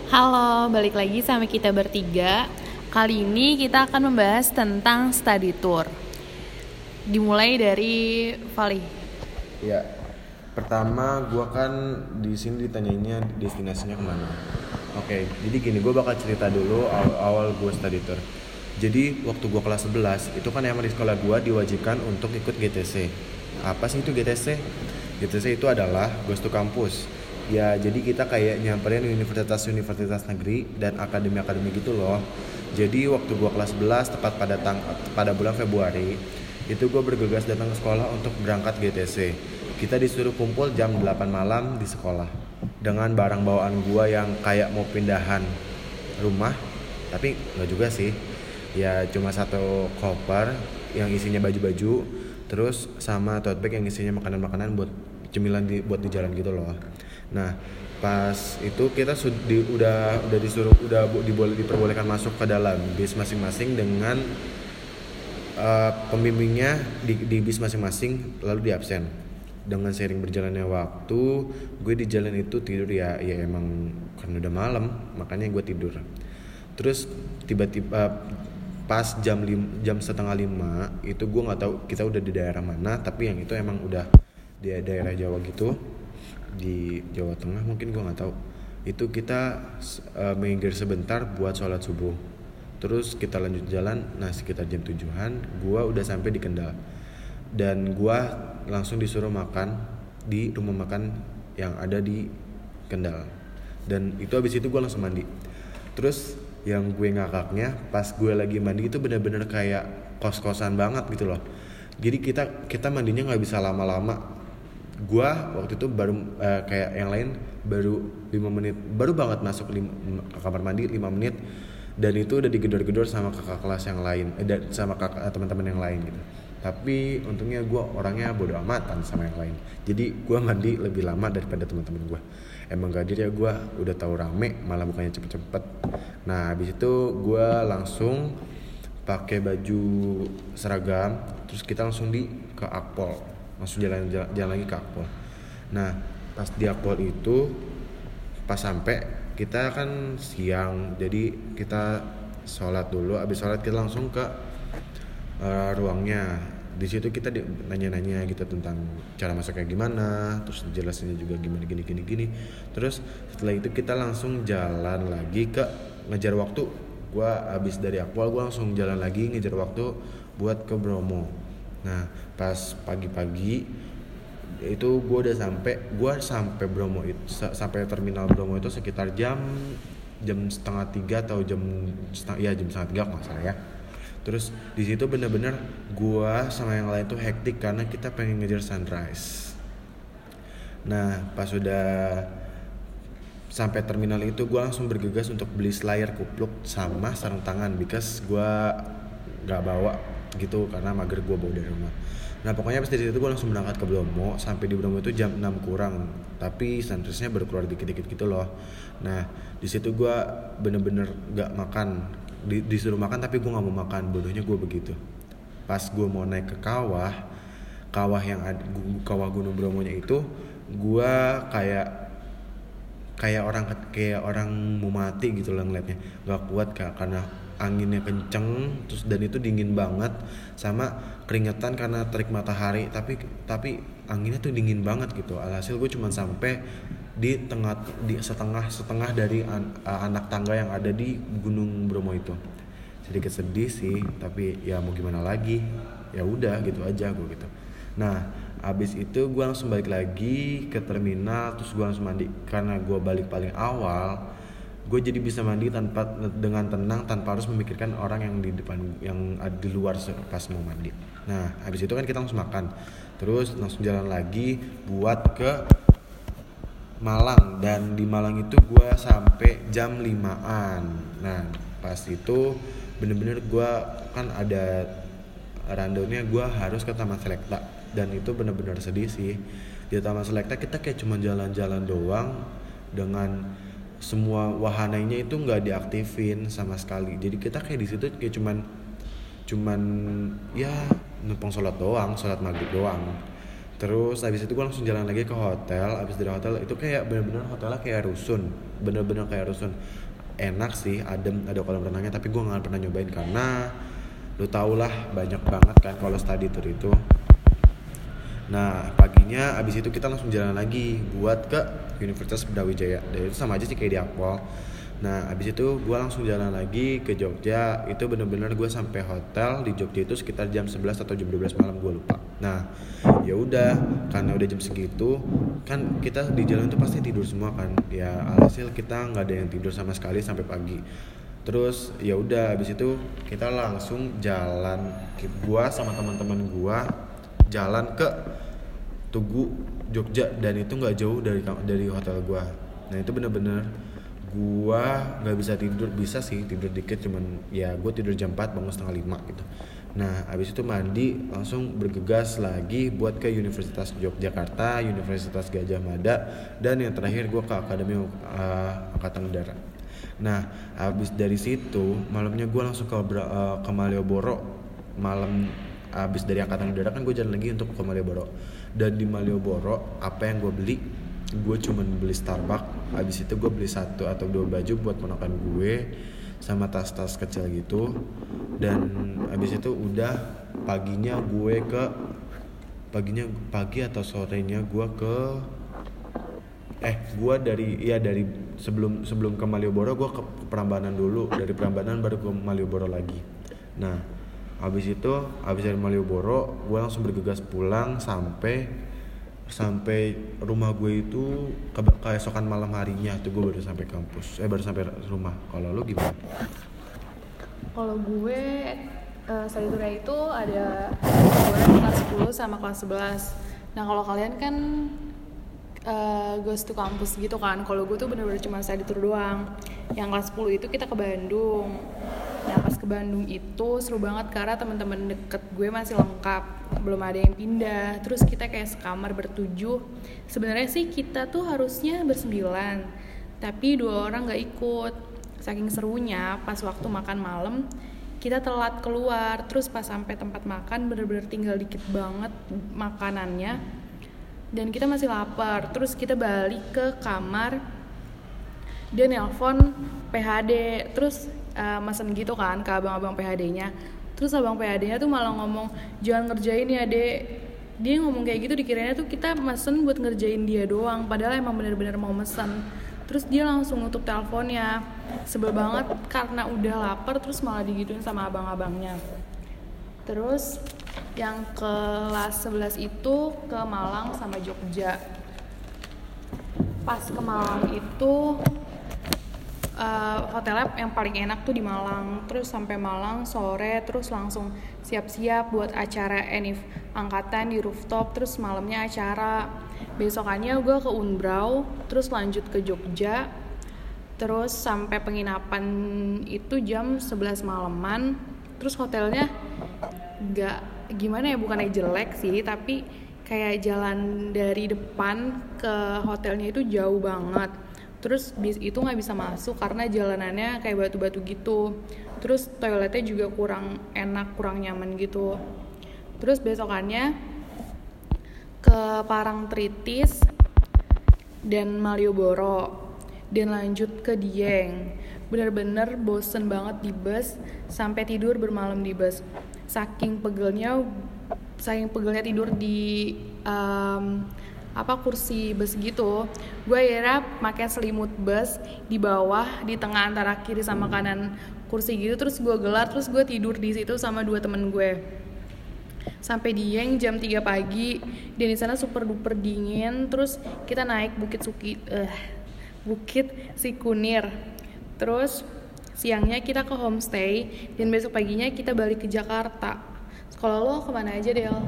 Halo, balik lagi sama kita bertiga. Kali ini kita akan membahas tentang study tour. Dimulai dari Vali. Ya, pertama gue kan di sini ditanyainnya destinasinya kemana. Oke, jadi gini, gue bakal cerita dulu awal gue study tour. Jadi waktu gue kelas 11 itu kan emang di sekolah gue diwajibkan untuk ikut GTC. Apa sih itu GTC? GTC itu adalah Ghost to Campus. Ya, jadi kita kayak nyamperin universitas-universitas negeri dan akademi-akademi gitu loh. Jadi waktu gue kelas 11 tepat pada bulan Februari itu gue bergegas datang ke sekolah untuk berangkat GTC. Kita disuruh kumpul jam 8 malam di sekolah dengan barang bawaan gue yang kayak mau pindahan rumah, tapi nggak juga sih. Ya cuma satu koper yang isinya baju-baju, terus sama tote bag yang isinya makanan-makanan buat cemilan buat di jalan gitu loh. Nah, pas itu kita diperbolehkan masuk ke dalam bis masing-masing dengan pembimbingnya di bis masing-masing, lalu di absen. Dengan sering berjalannya waktu, gue di jalan itu tidur ya emang karena udah malam, makanya gue tidur. Terus tiba-tiba pas jam setengah 5 itu gue nggak tahu kita udah di daerah mana, tapi yang itu emang udah di daerah Jawa gitu, di Jawa Tengah mungkin, gue nggak tahu. Itu kita minggir sebentar buat sholat subuh, terus kita lanjut jalan. Nah sekitar jam 7-an gue udah sampai di Kendal, dan gue langsung disuruh makan di rumah makan yang ada di Kendal. Dan itu habis itu gue langsung mandi. Terus yang gue ngakaknya pas gue lagi mandi itu bener-bener kayak kos-kosan banget gitu loh. Jadi kita mandinya nggak bisa lama-lama. Gua waktu itu baru kayak yang lain baru 5 menit, baru banget masuk ke kamar mandi 5 menit, dan itu udah digedor-gedor sama kakak kelas yang lain, sama kakak teman-teman yang lain gitu. Tapi untungnya gue orangnya bodo amatan sama yang lain, jadi gue mandi lebih lama daripada teman-teman gue. Emang gak adil ya, gue udah tahu rame malah bukannya cepet-cepet. Nah habis itu gue langsung pakai baju seragam, terus kita langsung ke Akpol, langsung jalan lagi ke Akpol. Nah pas di Akpol itu pas sampai kita kan siang, jadi kita sholat dulu. Abis sholat kita langsung ke ruangnya. Di situ kita nanya-nanya gitu tentang cara masaknya gimana, terus jelasinnya juga gimana gini. Terus setelah itu kita langsung jalan lagi ke ngejar waktu. Gua abis dari Akpol gua langsung jalan lagi ngejar waktu buat ke Bromo. Nah pas pagi-pagi itu gue sampai Bromo itu, sampai terminal Bromo itu sekitar jam setengah 3 atau jam setengah 3 nggak salah ya. Terus di situ bener-bener gue sama yang lain tuh hektik karena kita pengen ngejar sunrise. Nah pas sudah sampai terminal itu gue langsung bergegas untuk beli selayar kupluk sama sarung tangan, because gue nggak bawa gitu karena mager gue bawa dari rumah. Nah pokoknya pas dari situ gue langsung berangkat ke Bromo. Sampai di Bromo itu jam 6 kurang, tapi sunrise-nya baru keluar dikit-dikit gitu loh. Nah di situ gue bener-bener gak makan, disuruh makan tapi gue gak mau makan. Bodohnya gue begitu. Pas gue mau naik ke kawah yang ada, kawah Gunung Bromonya itu, gue kayak orang mau mati gitu loh ngeliatnya. Gak kuat karena anginnya kenceng, terus dan itu dingin banget, sama keringetan karena terik matahari, tapi anginnya tuh dingin banget gitu. Alhasil gue cuma sampai di setengah dari anak tangga yang ada di Gunung Bromo itu. Sedikit sedih sih, tapi ya mau gimana lagi, ya udah gitu aja gue gitu. Nah abis itu gue langsung balik lagi ke terminal, terus gue langsung mandi. Karena gue balik paling awal, gue jadi bisa mandi dengan tenang tanpa harus memikirkan orang yang di depan, yang ada di luar pas mau mandi. Nah habis itu kan kita langsung makan, terus langsung jalan lagi buat ke Malang. Dan di Malang itu gue sampai jam 5-an. Nah pas itu bener-bener gue kan ada rundownnya, gue harus ke Taman Selekta, dan itu bener-bener sedih sih. Di Taman Selekta kita kayak cuma jalan-jalan doang, dengan semua wahananya itu nggak diaktifin sama sekali. Jadi kita kayak di situ kayak cuman ya numpang sholat maghrib doang. Terus abis itu gue langsung jalan lagi ke hotel. Abis dari hotel itu kayak bener-bener hotelnya kayak rusun, bener-bener kayak rusun. Enak sih, adem, ada kolam renangnya. Tapi gue nggak pernah nyobain karena lu tau lah banyak banget kan kalau study tour itu. Nah paginya abis itu kita langsung jalan lagi buat ke Universitas Brawijaya. Dan itu sama aja sih kayak di Akpol. Nah abis itu gue langsung jalan lagi ke Jogja. Itu bener-bener gue sampai hotel di Jogja itu sekitar jam 11 atau jam 12 malam, gue lupa. Nah ya udah, karena udah jam segitu kan kita di jalan itu pasti tidur semua kan. Ya alhasil kita nggak ada yang tidur sama sekali sampai pagi. Terus ya udah habis itu kita langsung jalan, gua sama teman-teman gua jalan ke Tugu Jogja, dan itu nggak jauh dari hotel gua. Nah itu bener-bener gua nggak bisa tidur, bisa sih tidur dikit, cuman ya gua tidur jam 4 bangun setengah 5 gitu. Nah habis itu mandi langsung bergegas lagi buat ke Universitas Yogyakarta, Universitas Gadjah Mada, dan yang terakhir gua ke Akademi Angkatan Udara. Nah habis dari situ malamnya gue langsung ke Malioboro. Malam habis dari Angkatan Udara kan gue jalan lagi untuk ke Malioboro. Dan di Malioboro apa yang gue beli? Gue cuman beli Starbucks. Habis itu gue beli 1 atau 2 baju buat ponakan gue, sama tas-tas kecil gitu. Dan habis itu udah pagi atau sorenya gue ke gue dari sebelum ke Malioboro gue ke Prambanan dulu, dari Prambanan baru ke Malioboro lagi. Nah habis dari Malioboro gue langsung bergegas pulang sampai rumah gue itu keesokan malam harinya tuh gue baru sampai kampus, baru sampai rumah. Kalau lu gimana? Kalau gue study tour-nya itu ada kelas 10 sama kelas 11. Nah kalau kalian kan goes to kampus gitu kan. Kalau gue tuh bener-bener cuma study tour doang. Yang kelas 10 itu kita ke Bandung. Nah pas ke Bandung itu seru banget karena teman-teman deket gue masih lengkap, belum ada yang pindah. Terus kita kayak sekamar bertujuh. Sebenarnya sih kita tuh harusnya bersembilan, tapi 2 orang nggak ikut. Saking serunya pas waktu makan malam kita telat keluar. Terus pas sampai tempat makan bener-bener tinggal dikit banget makanannya. Dan kita masih lapar, terus kita balik ke kamar dan nelpon PHD, terus mesen gitu kan ke abang-abang PHD-nya. Terus abang PHD-nya tuh malah ngomong, jangan ngerjain ya dek. Dia ngomong kayak gitu, dikiranya tuh kita mesen buat ngerjain dia doang, padahal emang bener-bener mau mesen. Terus dia langsung nutup teleponnya, sebel banget karena udah lapar, terus malah digituin sama abang-abangnya. Terus yang kelas 11 itu ke Malang sama Jogja. Pas ke Malang itu hotelnya yang paling enak tuh di Malang. Terus sampai Malang sore, terus langsung siap-siap buat acara Enif angkatan di rooftop. Terus malamnya acara. Besokannya gue ke Unbrau, terus lanjut ke Jogja. Terus sampai penginapan itu jam 11 malaman. Terus hotelnya gak gimana ya, bukannya jelek sih, tapi kayak jalan dari depan ke hotelnya itu jauh banget. Terus bis itu gak bisa masuk karena jalanannya kayak batu-batu gitu. Terus toiletnya juga kurang enak, kurang nyaman gitu. Terus besokannya ke Parangtritis dan Malioboro, dan lanjut ke Dieng. Bener-bener bosen banget di bus, sampai tidur bermalam di bus. Saking pegelnya tidur di kursi bus gitu. Gue akhirnya pakai selimut bus di bawah, di tengah antara kiri sama kanan kursi gitu. Terus gue gelar, terus gue tidur di situ sama 2 temen gue. Sampai Dieng jam 3 pagi, dan di sana super duper dingin. Terus kita naik Bukit Sikunir. Terus siangnya kita ke homestay, dan besok paginya kita balik ke Jakarta. Kalau lo kemana aja, Del?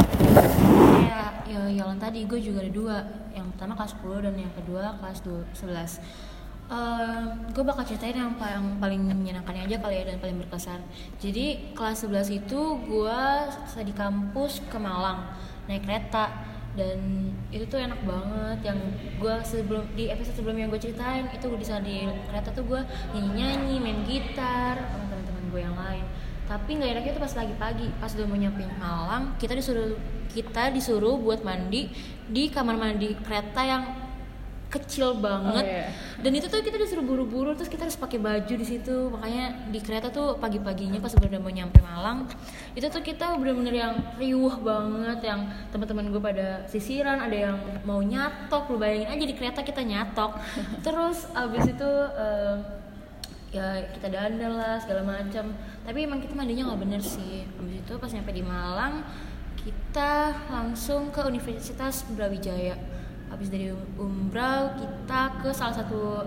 Ya jalan tadi gue juga ada 2. Yang pertama kelas 10 dan yang kedua kelas 11. Gue bakal ceritain yang paling menyenangkannya aja kali ya, dan paling berkesan. Jadi kelas 11 itu gue di kampus ke Malang naik kereta, dan itu tuh enak banget. Yang gue di episode sebelumnya gue ceritain itu, di sana di kereta tuh gue nyanyi main gitar sama teman-teman gue yang lain. Tapi nggak enaknya tuh pas lagi pagi, pas udah mau nyampe Malang, kita disuruh kita disuruh buat mandi di kamar mandi kereta yang kecil banget. Dan itu tuh kita disuruh buru-buru, terus kita harus pakai baju di situ. Makanya di kereta tuh pagi-paginya pas udah mau nyampe Malang, itu tuh kita bener-bener yang riuh banget, yang teman-teman gue pada sisiran, ada yang mau nyatok. Lu bayangin aja di kereta kita nyatok. Terus abis itu ya kita dandel lah segala macam. Tapi emang kita mandinya nggak bener sih. Abis itu pas nyampe di Malang, kita langsung ke Universitas Brawijaya. Habis dari umrah kita ke salah satu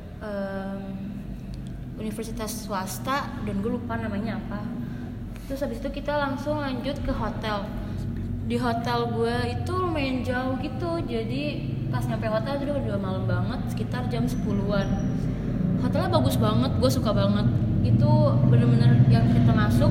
universitas swasta dan gue lupa namanya apa. Terus habis itu kita langsung lanjut ke hotel. Di hotel gue itu lumayan jauh gitu, jadi pas nyampe hotel itu udah malam banget, sekitar jam 10-an. Hotelnya bagus banget, gue suka banget. Itu bener-bener yang kita masuk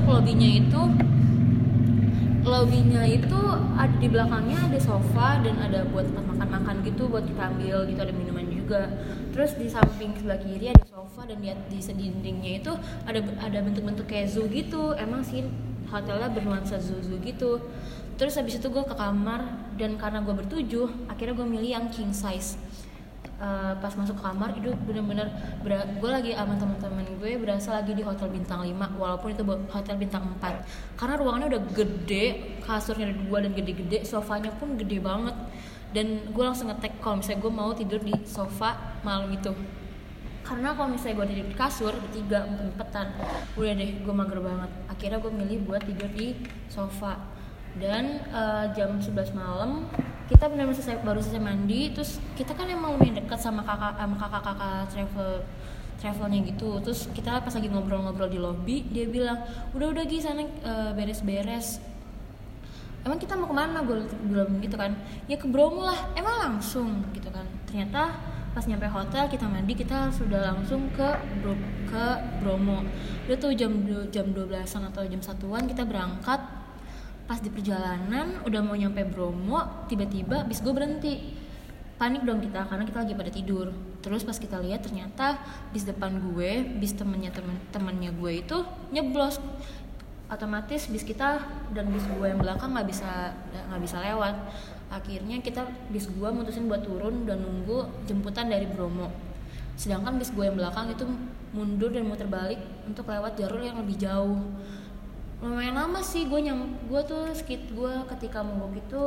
lobbynya itu ada di belakangnya ada sofa dan ada buat makan-makan gitu buat kita ambil gitu, ada minuman juga. Terus di samping sebelah kiri ada sofa dan di dindingnya itu ada bentuk-bentuk kayak zoo gitu. Emang sih hotelnya bernuansa zoo gitu. Terus habis itu gue ke kamar dan karena gue bertujuh, akhirnya gue milih yang king size. Pas masuk kamar itu bener-bener gue lagi sama teman-teman gue berasa lagi di hotel bintang 5 walaupun itu hotel bintang 4 karena ruangannya udah gede, kasurnya ada 2 dan gede-gede, sofanya pun gede banget. Dan gue langsung nge-tag kalau misalnya gue mau tidur di sofa malam itu, karena kalau misalnya gue tidur di kasur bertiga empetan udah deh gue mager banget. Akhirnya gue milih buat tidur di sofa. Dan jam 11 malam kita benar-benar baru selesai mandi. Terus kita kan emang lumayan dekat sama kakak travelnya gitu. Terus kita pas lagi ngobrol-ngobrol di lobby, dia bilang udah Gi sana beres-beres. Emang kita mau kemana? Gue bilang gitu kan, ya ke Bromo lah. Emang langsung gitu kan. Ternyata pas nyampe hotel kita mandi, kita sudah langsung ke Bromo. Udah tuh jam 12-an atau jam 1-an kita berangkat. Pas di perjalanan udah mau nyampe Bromo, tiba-tiba bis gue berhenti. Panik dong kita karena kita lagi pada tidur. Terus pas kita lihat ternyata bis depan gue, bis temannya gue itu nyeblos. Otomatis bis kita dan bis gue yang belakang nggak bisa lewat. Akhirnya bis gue mutusin buat turun dan nunggu jemputan dari Bromo. Sedangkan bis gue yang belakang itu mundur dan muter balik untuk lewat jalur yang lebih jauh. Lumayan lama sih gue ketika mogok itu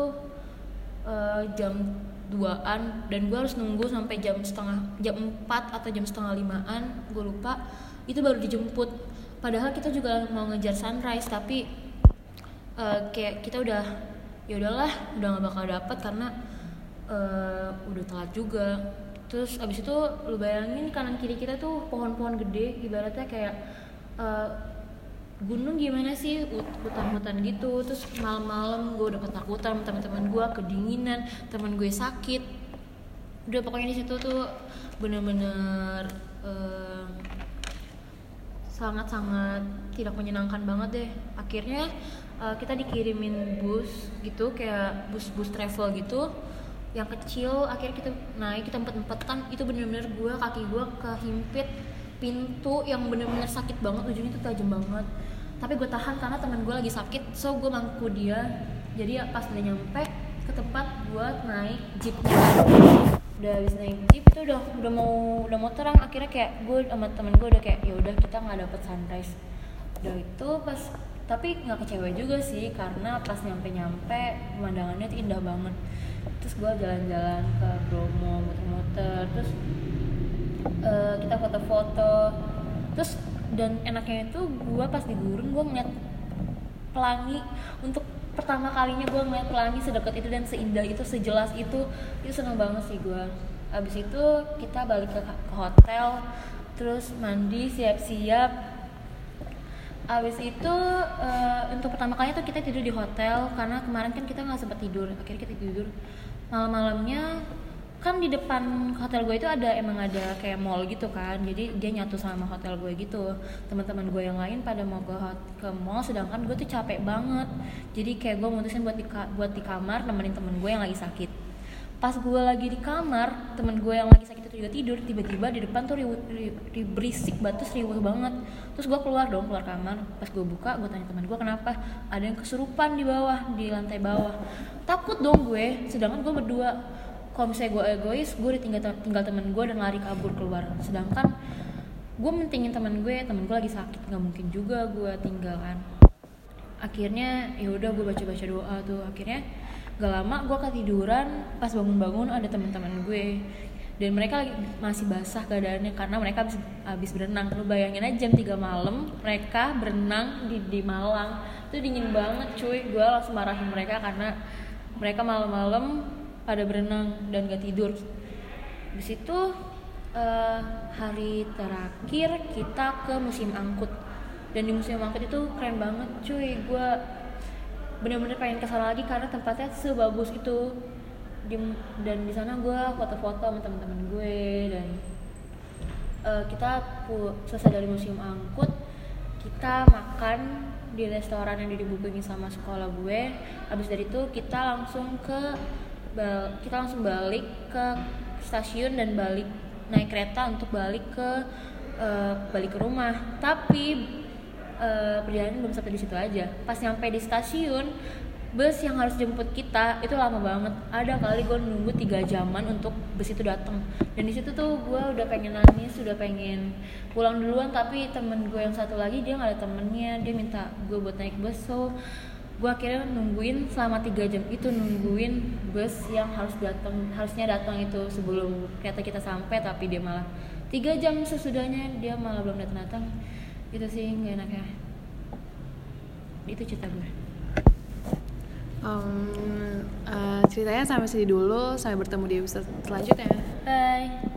jam 2-an dan gue harus nunggu sampai jam 4 atau jam setengah 5-an, gue lupa, itu baru dijemput. Padahal kita juga mau ngejar sunrise, tapi kayak kita udah nggak bakal dapat karena udah telat juga. Terus abis itu lu bayangin kanan kiri kita tuh pohon-pohon gede, ibaratnya kayak gunung gimana sih, hutan-hutan gitu. Terus malam-malam gue udah ketakutan, teman-teman gue kedinginan, teman gue sakit. Udah pokoknya di situ tuh bener-bener sangat-sangat tidak menyenangkan banget deh. Akhirnya kita dikirimin bus gitu, kayak bus travel gitu yang kecil. Akhirnya kita naik, kita empet-empetan. Itu bener-bener kaki gue kehimpit pintu yang bener-bener sakit banget, ujungnya itu tajam banget. Tapi gue tahan karena teman gue lagi sakit, so gue mangku dia. Jadi pas udah nyampe ke tempat buat naik jeepnya, udah habis naik jeep itu udah mau terang. Akhirnya kayak gue sama temen gue udah kayak ya udah kita nggak dapet sunrise. Udah itu pas, tapi nggak kecewa juga sih karena pas nyampe pemandangannya tuh indah banget. Terus gue jalan-jalan ke Bromo, muter-muter, terus kita foto-foto. Terus dan enaknya itu gue pas di gurun gue ngeliat pelangi. Untuk pertama kalinya gue ngeliat pelangi sedekat itu dan seindah itu, sejelas itu seneng banget sih gue. Abis itu kita balik ke hotel, terus mandi, siap-siap. Abis itu untuk pertama kalinya tuh kita tidur di hotel karena kemarin kan kita nggak sempat tidur. Akhirnya kita tidur malam-malamnya. Kan di depan hotel gue itu emang ada kayak mall gitu kan, jadi dia nyatu sama hotel gue gitu. Teman-teman gue yang lain pada mau ke mall, sedangkan gue tuh capek banget. Jadi kayak gue mutusin buat di kamar nemenin temen gue yang lagi sakit. Pas gue lagi di kamar, temen gue yang lagi sakit itu juga tidur, tiba-tiba di depan tuh berisik banget, terus riuh banget. Terus gue keluar kamar. Pas gue buka, gue tanya teman gue kenapa, ada yang kesurupan di bawah, di lantai bawah. Takut dong gue, sedangkan gue berdua. Kalau misalnya gue egois, gue tinggal teman gue dan lari kabur keluar. Sedangkan gue mentingin teman gue lagi sakit, nggak mungkin juga gue tinggal kan. Akhirnya ya udah gue baca doa tuh. Akhirnya gak lama gue ketiduran, pas bangun ada teman-teman gue dan mereka masih basah keadaannya karena mereka habis berenang. Lu bayangin aja jam 3 malam mereka berenang di Malang, itu dingin banget cuy. Gue langsung marahin mereka karena mereka malam-malam pada berenang dan gak tidur. Di situ hari terakhir kita ke museum angkut, dan di museum angkut itu keren banget cuy. Gue bener-bener pengen kesana lagi karena tempatnya sebagus itu. Dan di sana gue foto-foto sama teman-teman gue, dan kita selesai dari museum angkut, kita makan di restoran yang dihubungin sama sekolah gue. Habis dari itu kita langsung balik ke stasiun dan naik kereta untuk balik ke rumah. Tapi perjalanan belum sampai di situ aja. Pas nyampe di stasiun, bus yang harus jemput kita itu lama banget. Ada kali gue nunggu 3 jaman untuk bus itu datang. Dan di situ tuh gue udah pengen nangis, udah pengen pulang duluan. Tapi temen gue yang satu lagi dia nggak ada temennya, dia minta gue buat naik bus. So gue akhirnya nungguin selama 3 jam itu, nungguin bus yang harusnya datang itu sebelum kereta kita sampai. Tapi dia malah 3 jam sesudahnya dia malah belum datang. Itu sih nggak enaknya. Itu cerita gue. Ceritanya sampai sini dulu. Sampai bertemu di episode selanjutnya. Bye.